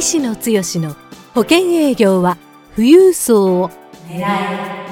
石野剛の保険営業は富裕層を狙え。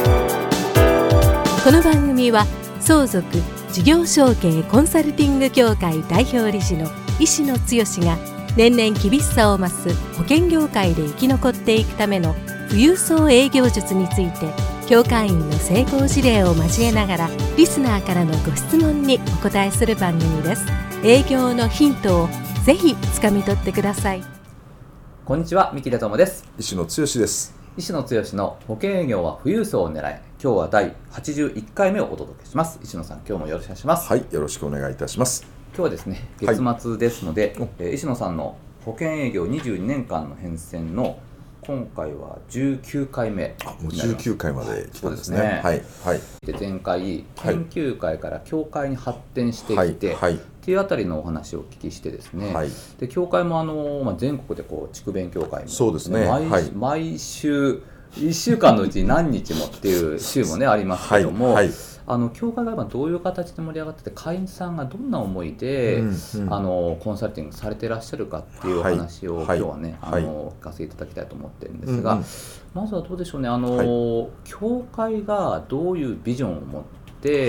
この番組は相続事業承継コンサルティング協会代表理事の石野剛が年々厳しさを増す保険業界で生き残っていくための富裕層営業術について、協会員の成功事例を交えながらリスナーからのご質問にお答えする番組です。営業のヒントをぜひつかみ取ってください。 こんにちは、三木出友です。 石野剛です。 石野剛の保険営業は富裕層を狙え。今日は第81回目をお届けします。石野さん、今日もよろしくお願いします。 はい、よろしくお願いいたします。 今日はですね、月末ですので、石野さんの保険営業22年間の変遷の今回は19回目もう19回まで来たんですね。 はいはい、で前回研究会から協会に発展してきて、っていうあたりのお話をお聞きしてですね、で協会も全国で地区勉強会も、 そうですね、 毎週1週間のうち何日もっていう週もねありますけども、協会が今どういう形で盛り上がってて、会員さんがどんな思いで、コンサルティングされていらっしゃるかっていうお話を、今日はね聞かせていただきたいと思ってるんですが、まずはどうでしょうね、協会がどういうビジョンを持って、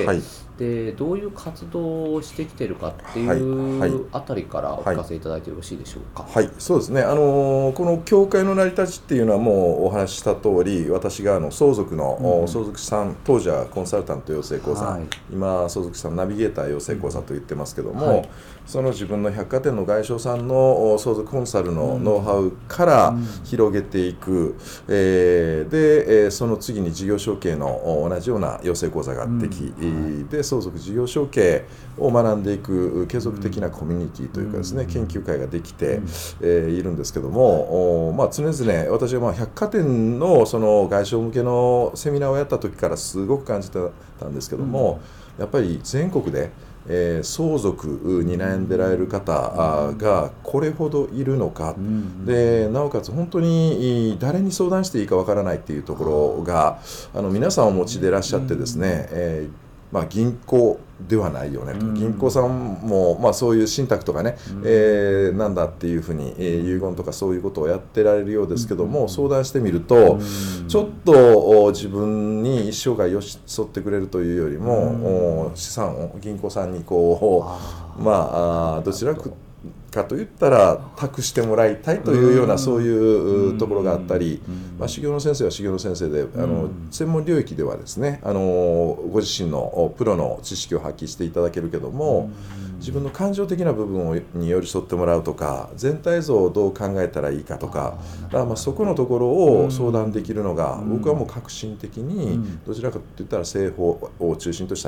でどういう活動をしてきているかっていうあたりからお聞かせいただいてよろしいでしょうか。 そうですね、この協会の成り立ちっていうのはもうお話しした通り、私が相続の、相続資産、当時はコンサルタント養成講座、今相続資産ナビゲーター養成講座と言ってますけども、その自分の百貨店の外商さんの相続コンサルのノウハウから広げていく、でその次に事業承継の同じような養成講座があってき、で相続事業承継を学んでいく継続的なコミュニティというかですね、研究会ができて、いるんですけども、常々私は百貨店のその外商向けのセミナーをやった時からすごく感じてたんですけども、やっぱり全国で相続に悩んでられる方がこれほどいるのか、でなおかつ本当に誰に相談していいかわからないっていうところが皆さんお持ちでいらっしゃってですね、銀行ではないよねと、銀行さんも、そういう信託とかね、なんだっていうふうに、遺言とかそういうことをやってられるようですけども、相談してみると、ちょっと自分に一生涯寄り添ってくれるというよりも、資産を銀行さんにどちらかといったら託してもらいたいというようなそういうところがあったり、修行の先生は修行の先生で専門領域ではですね、ご自身のプロの知識を発揮していただけるけども、自分の感情的な部分に寄り添ってもらうとか、全体像をどう考えたらいいかとか、そこのところを相談できるのが、僕はもう革新的にどちらかといったら製法を中心とした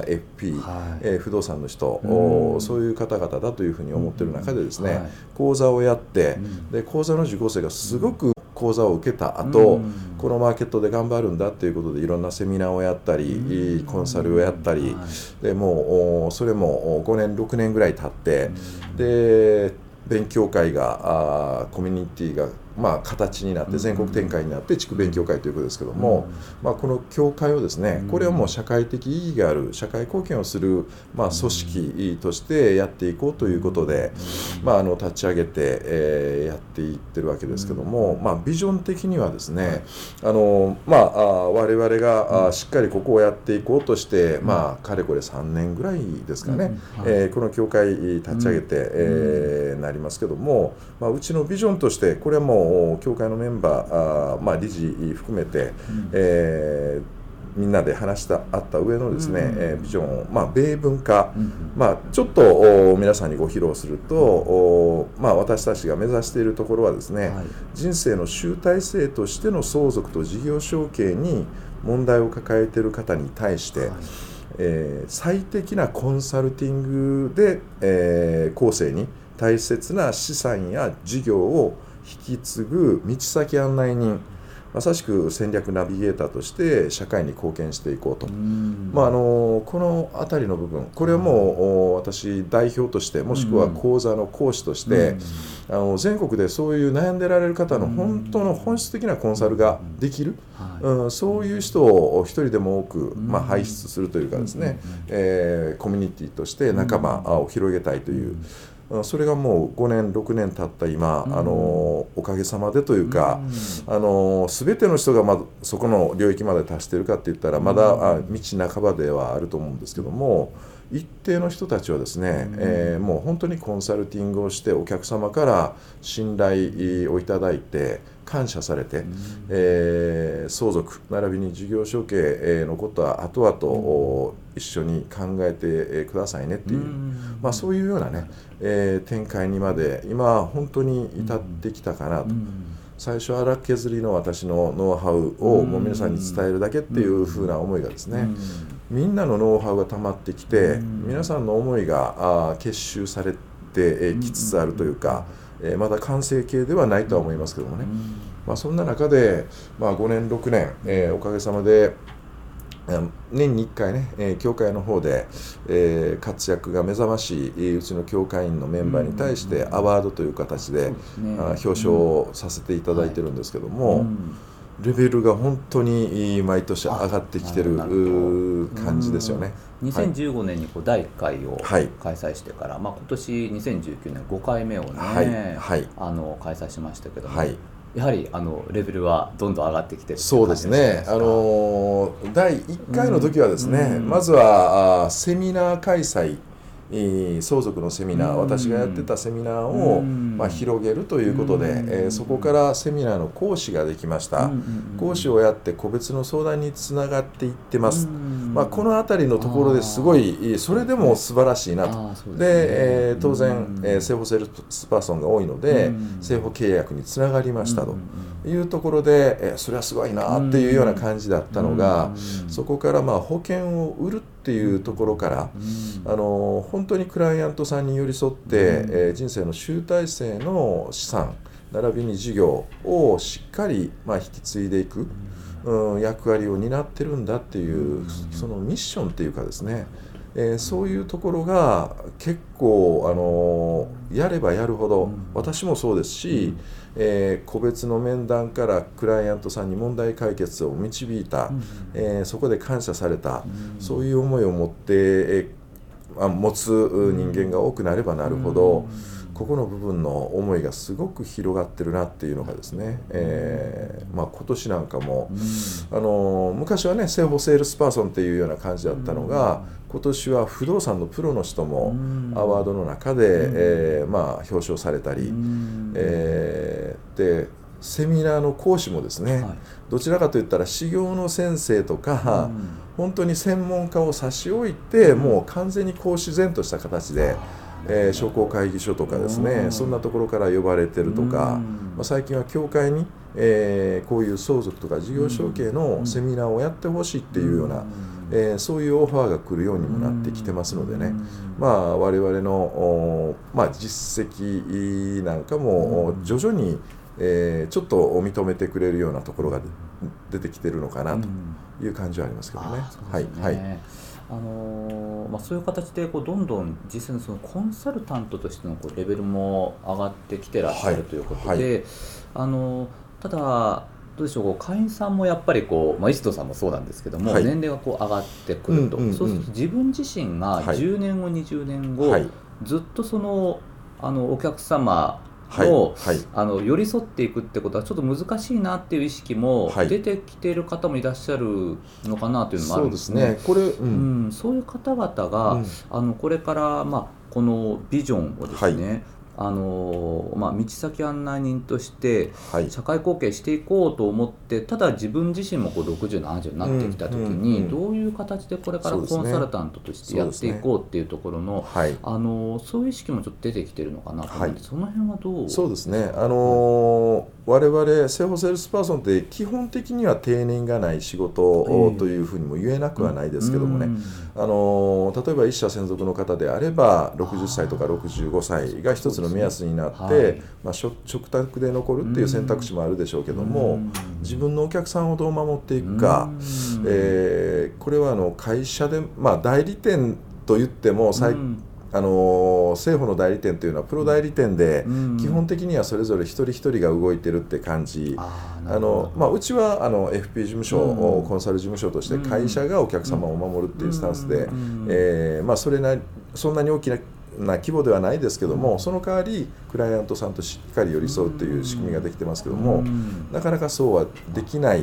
FP、不動産の人、そういう方々だというふうに思っている中でですね、講座をやって、で講座の受講生がすごく講座を受けた後、このマーケットで頑張るんだということでいろんなセミナーをやったり、コンサルをやったり、でもうそれも5年6年ぐらい経って、で勉強会がコミュニティが形になって全国展開になって地区勉強会ということですけども、この協会をですね、これはもう社会的意義がある社会貢献をする組織としてやっていこうということで立ち上げてやっていってるわけですけども、ビジョン的にはですね、我々がしっかりここをやっていこうとしてかれこれ3年ぐらいですかね、この協会立ち上げてなりますけども、うちのビジョンとしてこれはもう協会のメンバー、理事含めて、みんなで話したあった上のですね、ビジョンを、米文化、ちょっと皆さんにご披露すると、私たちが目指しているところはですね、人生の集大成としての相続と事業承継に問題を抱えている方に対して、最適なコンサルティングで、後世に大切な資産や事業を引き継ぐ道先案内人、まさしく戦略ナビゲーターとして社会に貢献していこうと、このあたりの部分、これはもう私代表としてもしくは講座の講師として、全国でそういう悩んでられる方の本当の本質的なコンサルができる、そういう人を一人でも多く、輩出するというかですね、コミュニティとして仲間を広げたいという、 それがもう5年6年経った今、おかげさまでというか、全ての人がそこの領域まで達しているかって言ったらまだ道半ばではあると思うんですけども、一定の人たちはですね、もう本当にコンサルティングをしてお客様から信頼をいただいて感謝されて、相続並びに事業承継のことは後々一緒に考えてくださいねっていう、そういうようなね、展開にまで今本当に至ってきたかなと。最初荒削りの私のノウハウをもう皆さんに伝えるだけっていう風な思いがですね、みんなのノウハウが溜まってきて、皆さんの思いが結集されてきつつあるというか、まだ完成形ではないとは思いますけどもね、そんな中で、5年6年、おかげさまで年に1回ね、教会の方で、活躍が目覚ましいうちの教会員のメンバーに対してアワードという形で、表彰をさせていただいてるんですけども、レベルが本当に毎年上がってきてる感じですよね。 2015年に第1回を開催してから、今年2019年5回目をね、開催しましたけども、やはりレベルはどんどん上がってきてる。 そうですね。第1回の時はですね、まずはセミナー開催、相続のセミナー、私がやってたセミナーを広げるということで、そこからセミナーの講師ができました。講師をやって個別の相談につながっていってます。この辺りのところですごいそれでも素晴らしいなと。で、当然正法セールスパーソンが多いので正法契約につながりましたというところで、それはすごいなっていうような感じだったのが、そこから保険を売るっていうところから、本当にクライアントさんに寄り添って、人生の集大成の資産並びに事業をしっかり引き継いでいく、役割を担ってるんだっていうそのミッションっていうかですね、そういうところが結構やればやるほど、私もそうですし、個別の面談からクライアントさんに問題解決を導いた、そこで感謝された、そういう思いを持って持つ人間が多くなればなるほど、ここの部分の思いがすごく広がってるなっていうのがですね、今年なんかも、昔はね正法セールスパーソンっていうような感じだったのが、今年は不動産のプロの人もアワードの中で、表彰されたり、でセミナーの講師もですね、どちらかといったら修行の先生とか、本当に専門家を差し置いて、もう完全にこう自然とした形で商工会議所とかですね、そんなところから呼ばれてるとか、最近は教会に、こういう相続とか事業承継のセミナーをやってほしいっていうような、そういうオファーが来るようにもなってきてますのでね、我々の、実績なんかも徐々に、ちょっと認めてくれるようなところが出てきてるのかなという感じはありますけどね。 そういう形でどんどん実際にそのコンサルタントとしてのレベルも上がってきてらっしゃるということで、ただどうでしょう、会員さんもやっぱり石戸さんもそうなんですけども、年齢が上がってくると、そうすると自分自身が10年後、20年後、ずっとそのお客様の寄り添っていくってことはちょっと難しいなっていう意識も出てきている方もいらっしゃるのかなというのもあるんですね。そういう方々が、これからこのビジョンをですね、道先案内人として社会貢献していこうと思って、ただ自分自身も60、70になってきた時に、どういう形でこれからコンサルタントとしてやっていこうっていうところの、そういう意識もちょっと出てきてるのかなと思って、その辺はどう？ そうですね、我々正法セールスパーソンって基本的には定年がない仕事というふうにも言えなくはないですけどもね、例えば一社専属の方であれば60歳とか65歳が一つの目安になって、食卓で残るっていう選択肢もあるでしょうけども、自分のお客さんをどう守っていくか、これは会社で、代理店といっても政府の代理店というのはプロ代理店で、基本的にはそれぞれ一人一人が動いてるって感じ。うちはFP 事務所、コンサル事務所として会社がお客様を守るっていうスタンスで、そんなに大きなな規模ではないですけども、その代わりクライアントさんとしっかり寄り添うという仕組みができてますけども、なかなかそうはできない、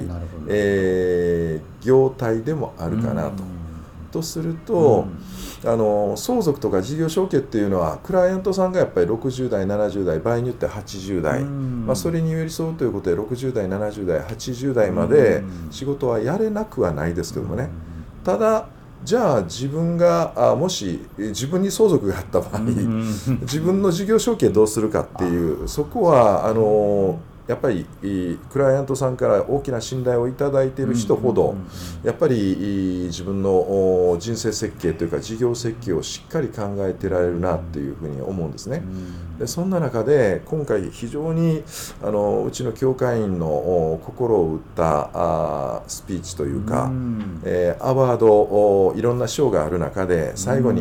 業態でもあるかなとすると、相続とか事業承継っていうのはクライアントさんがやっぱり60代70代場合によっては80代、それに寄り添うということで60代70代80代まで仕事はやれなくはないですけどもね。ただじゃあ自分がもし自分に相続があった場合自分の事業承継どうするかっていう、そこはやっぱりクライアントさんから大きな信頼をいただいている人ほどやっぱり自分の人生設計というか事業設計をしっかり考えてられるなっていうふうに思うんですね。でそんな中で今回非常にうちの協会員の心を打ったスピーチというか、アワードいろんな賞がある中で最後に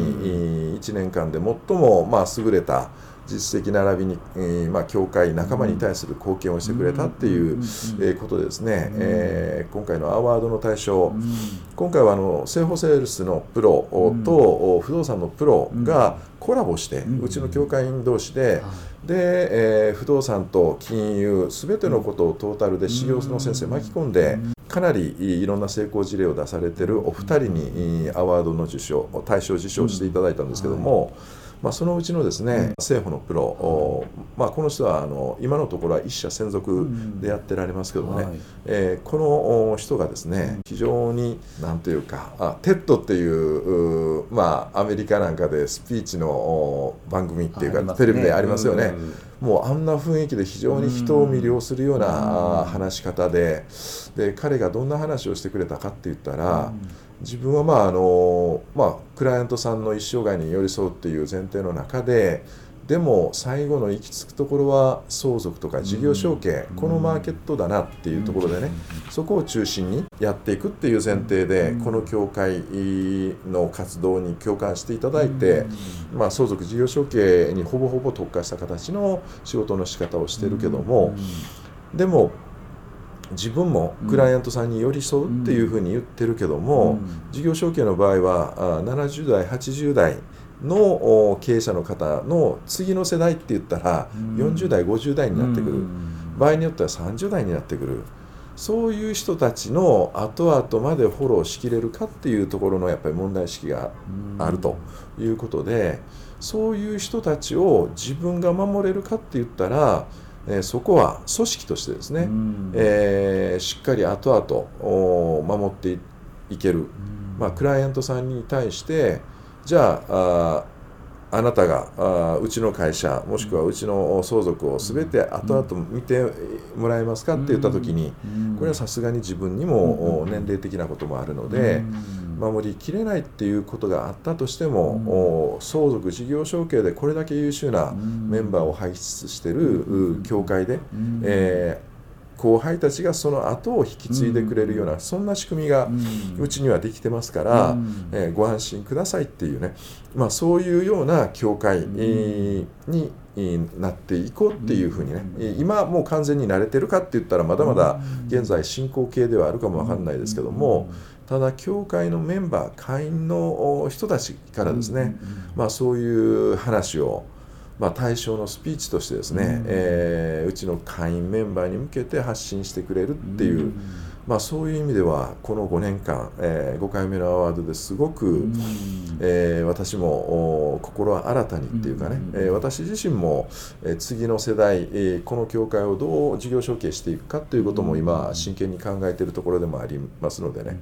1年間で最も優れた実績並びに、協会仲間に対する貢献をしてくれたっていうことでですね、今回のアワードの対象、今回はセーフォセールスのプロと不動産のプロがコラボして、うちの協会員同士で、不動産と金融すべてのことをトータルで事業の先生巻き込んで、かなりいろんな成功事例を出されているお二人にアワードの大賞受賞していただいたんですけども、そのうちのですね、政府のプロ、この人は今のところは一社専属でやってられますけどもね、この人がですね、非常になんというか、テッドっていうアメリカなんかでスピーチの番組っていうか、テレビでありますよね。もうあんな雰囲気で非常に人を魅了するような話し方で、彼がどんな話をしてくれたかって言ったら、自分はクライアントさんの一生涯に寄り添うっていう前提の中で、でも最後の行き着くところは相続とか事業承継、このマーケットだなっていうところでね、そこを中心にやっていくっていう前提で、この協会の活動に共感していただいて、相続事業承継にほぼほぼ特化した形の仕事の仕方をしてるけども、でも自分もクライアントさんに寄り添うっていうふうに言ってるけども、事業承継の場合は70代80代の経営者の方の次の世代って言ったら40代50代になってくる、場合によっては30代になってくる、そういう人たちの後々までフォローしきれるかっていうところのやっぱり問題意識があるということで、そういう人たちを自分が守れるかって言ったら、そこは組織としてですね、しっかり後々守っていける、クライアントさんに対してじゃああなたがうちの会社もしくはうちの相続を全て後々見てもらえますかって言った時に、これはさすがに自分にも年齢的なこともあるので守りきれないっていうことがあったとしても、相続事業承継でこれだけ優秀なメンバーを輩出している協会で、後輩たちがその後を引き継いでくれるような、そんな仕組みがうちにはできてますから、ご安心くださいっていうね、そういうような協会になっていこうっていうふうにね、今もう完全に慣れてるかって言ったらまだまだ現在進行形ではあるかもわかんないですけども、ただ協会のメンバー会員の人たちからですね、そういう話を対象のスピーチとしてですね、うちの会員メンバーに向けて発信してくれるっていう、そういう意味ではこの5年間、5回目のアワードですごく、私も心新たにっていうかね、私自身も次の世代、この協会をどう事業承継していくかということも今真剣に考えているところでもありますのでね、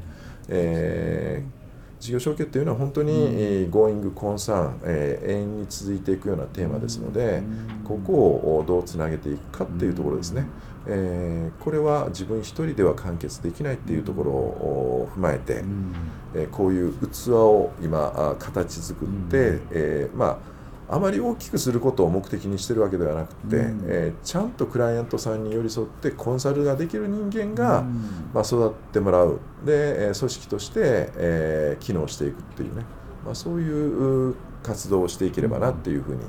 事業承継っていうのは本当にGoing Concern、永遠に続いていくようなテーマですので、ここをどうつなげていくかっていうところですね。これは自分一人では完結できないっていうところを踏まえて、こういう器を今形作って、あまり大きくすることを目的にしてるわけではなくて、ちゃんとクライアントさんに寄り添ってコンサルができる人間が、育ってもらうで、組織として、機能していくっていうね、そういう活動をしていければなっていうふうに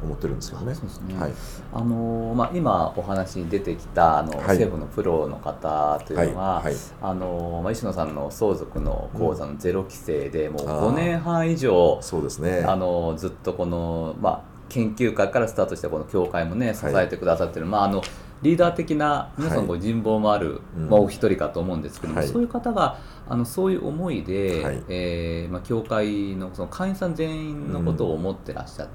思ってるんですけどね。 そうですね。 はい。 今お話に出てきた政府のプロの方というのは、石野さんの相続の口座のゼロ規制でもう5年半以上、 そうですね。 ずっとこの、研究会からスタートしたこの協会もね支えてくださってる、リーダー的な皆さんご人望もある、お一人かと思うんですけども、そういう方がそういう思いで、協会のその会員さん全員のことを思ってらっしゃって、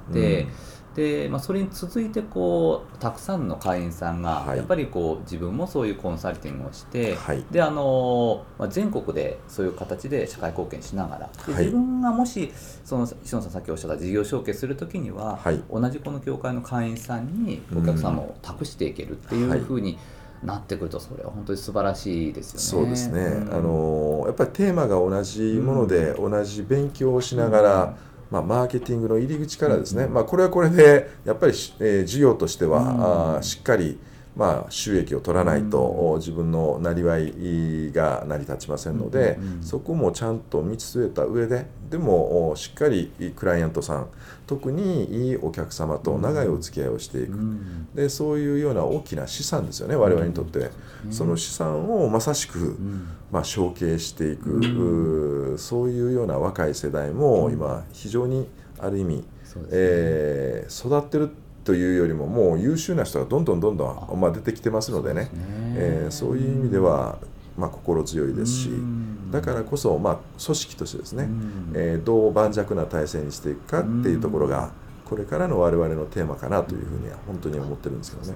でそれに続いてたくさんの会員さんがやっぱり自分もそういうコンサルティングをして、で全国でそういう形で社会貢献しながら、で自分がもしその石野さんさっきおっしゃった事業承継するときには、同じこの協会の会員さんにお客様を託していけるっていうふうになってくると、それは本当に素晴らしいですよね。 そうですね、やっぱりテーマが同じもので、同じ勉強をしながら、マーケティングの入り口からですね、これはこれでやっぱり、事業としては、しっかり、収益を取らないと、自分のなりわいが成り立ちませんので、そこもちゃんと見据えた上で、でもしっかりクライアントさん、特にいいお客様と長いお付き合いをしていく、でそういうような大きな資産ですよね、我々にとって。その資産をまさしく、承継していく、そういうような若い世代も今非常にある意味、育ってるというよりももう優秀な人がどんどん出てきてますのでね、そういう意味では心強いですし、だからこそ組織としてですね、どう盤石な体制にしていくかっていうところがこれからの我々のテーマかなというふうには本当に思ってるんですけどね。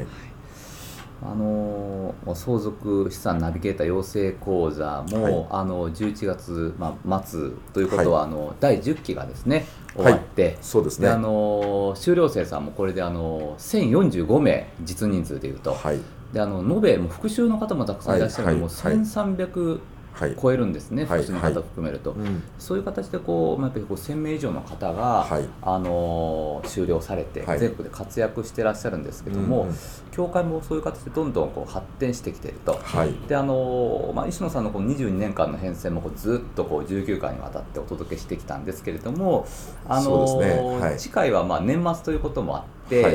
相続資産ナビゲーター養成講座も、11月、末ということは、第10期がですね終わって、 そうですね、 修了生さんもこれで1045名実人数でいうと、で延べもう復習の方もたくさんいらっしゃるので、もう1300超えるんですね、複数の方を含めると、そういう形でやっぱり1000名以上の方が、修了されて、全国で活躍してらっしゃるんですけども、協会もそういう形でどんどん発展してきていると、で石野さんのこの22年間の変遷もずっと19回にわたってお届けしてきたんですけれども、次回は年末ということもあって、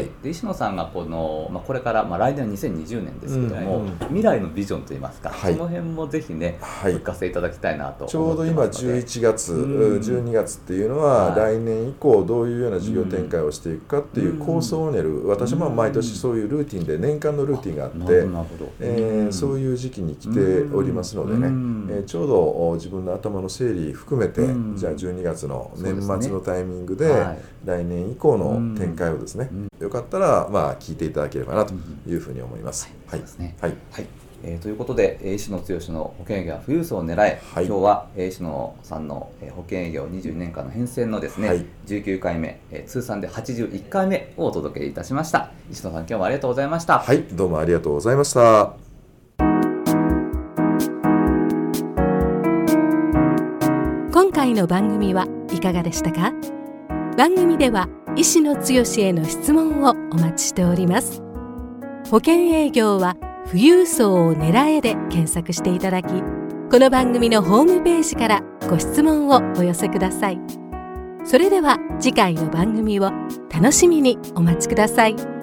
で石野さんがこれから、来年は2020年ですけども、未来のビジョンといいますか、その辺もぜひね、聞かせていただきたいなと思ってますので。 ちょうど今11月、12月っていうのは、来年以降どういうような事業展開をしていくかっていう構想を練る、私も毎年そういうルーティンで年間のルーティンがあって、そういう時期に来ておりますのでね、ちょうど自分の頭の整理含めて、じゃあ12月の年末のタイミングで来年以降の展開をですね、よかったら聞いていただければなというふうに思います。 ということで、石野剛の保険営業は富裕層を狙え、今日は石野さんの保険営業22年間の変遷のですね、19回目、通算で81回目をお届けいたしました。石野さん、今日もありがとうございました。 どうもありがとうございました。 今回の番組はいかがでしたか？番組では石野剛への質問をお待ちしております。保険営業は富裕層を狙えで検索していただき、この番組のホームページからご質問をお寄せください。それでは次回の番組を楽しみにお待ちください。